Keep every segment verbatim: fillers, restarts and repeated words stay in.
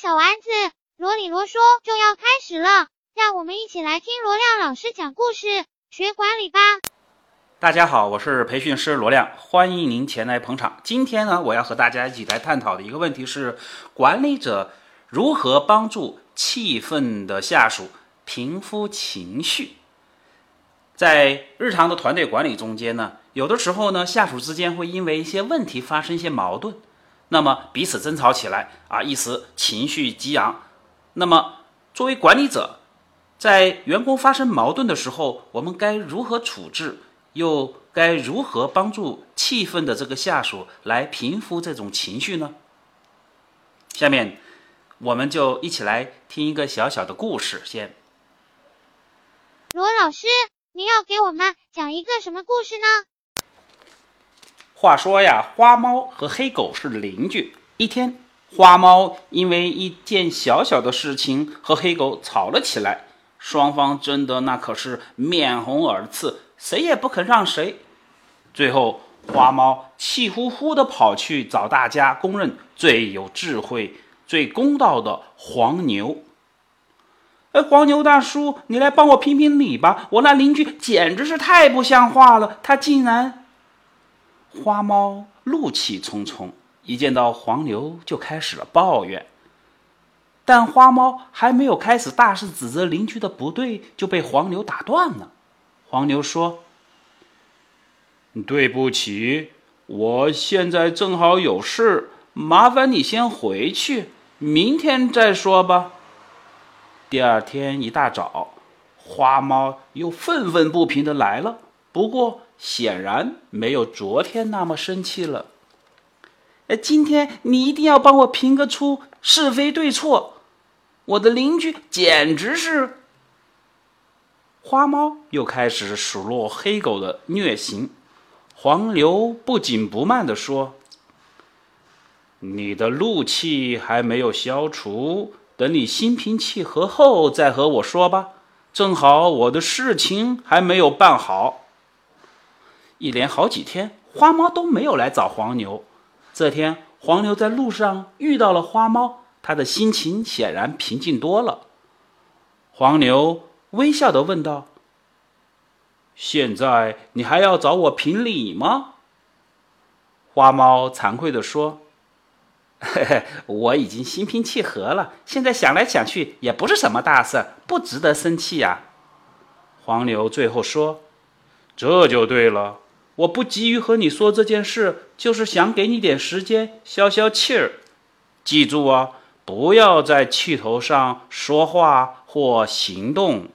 小丸子，罗里罗说就要开始了，让我们一起来听罗亮老师讲故事，学管理吧。 大家好，我是培训师罗亮，欢迎您前来捧场。今天呢，我要和大家一起来探讨的一个问题是，管理者如何帮助气愤的下属平复情绪。在日常的团队管理中间呢，有的时候呢，下属之间会因为一些问题发生一些矛盾，那么彼此争吵起来啊，一时情绪激昂。那么作为管理者，在员工发生矛盾的时候，我们该如何处置，又该如何帮助气愤的这个下属来平复这种情绪呢？下面我们就一起来听一个小小的故事先。 罗老师，您要给我们讲一个什么故事呢？ 话说呀，花猫和黑狗是邻居。一天，花猫因为一件小小的事情和黑狗吵了起来，双方争得那可是面红耳赤，谁也不肯让谁。最后，花猫气呼呼地跑去找大家公认最有智慧、最公道的黄牛。哎，黄牛大叔，你来帮我评评理吧！我那邻居简直是太不像话了，他竟然……花猫怒气冲冲，一见到黄牛就开始了抱怨。但花猫还没有开始大肆指责邻居的不对，就被黄牛打断了。黄牛说：“对不起，我现在正好有事，麻烦你先回去，明天再说吧。”第二天一大早，花猫又愤愤不平地来了，不过显然没有昨天那么生气了。今天你一定要帮我评个出是非对错，我的邻居简直是……花猫又开始数落黑狗的虐行。黄牛不紧不慢地说：“你的怒气还没有消除，等你心平气和后再和我说吧，正好我的事情还没有办好。”一连好几天，花猫都没有来找黄牛。这天，黄牛在路上遇到了花猫，他的心情显然平静多了。黄牛微笑地问道：“现在你还要找我评理吗？”花猫惭愧地说：“嘿嘿，我已经心平气和了，现在想来想去也不是什么大事，不值得生气呀。”黄牛最后说：“这就对了，我不急于和你说这件事，就是想给你点时间消消气儿。记住啊，不要在气头上说话或行动。”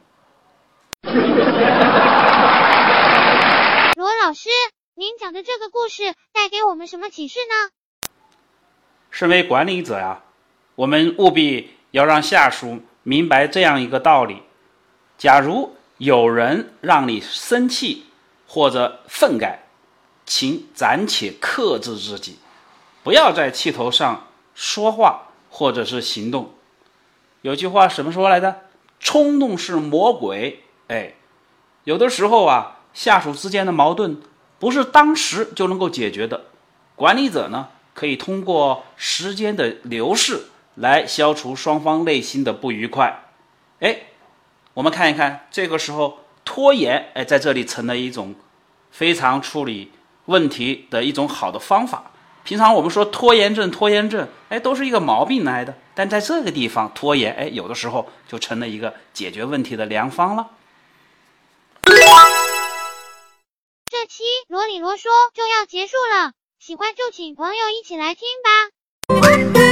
罗老师，您讲的这个故事带给我们什么启示呢？ 身为管理者呀，我们务必要让下属明白这样一个道理：假如有人让你生气或者愤慨，请暂且克制自己，不要在气头上说话或者是行动。有句话怎么说来着？冲动是魔鬼。哎，有的时候啊，下属之间的矛盾不是当时就能够解决的。管理者呢，可以通过时间的流逝来消除双方内心的不愉快。哎，我们看一看，这个时候拖延，哎，在这里成了一种非常处理问题的一种好的方法。平常我们说拖延症，拖延症，哎，都是一个毛病来的，但在这个地方拖延，哎，有的时候就成了一个解决问题的良方了。 这期罗里罗说就要结束了，喜欢就请朋友一起来听吧。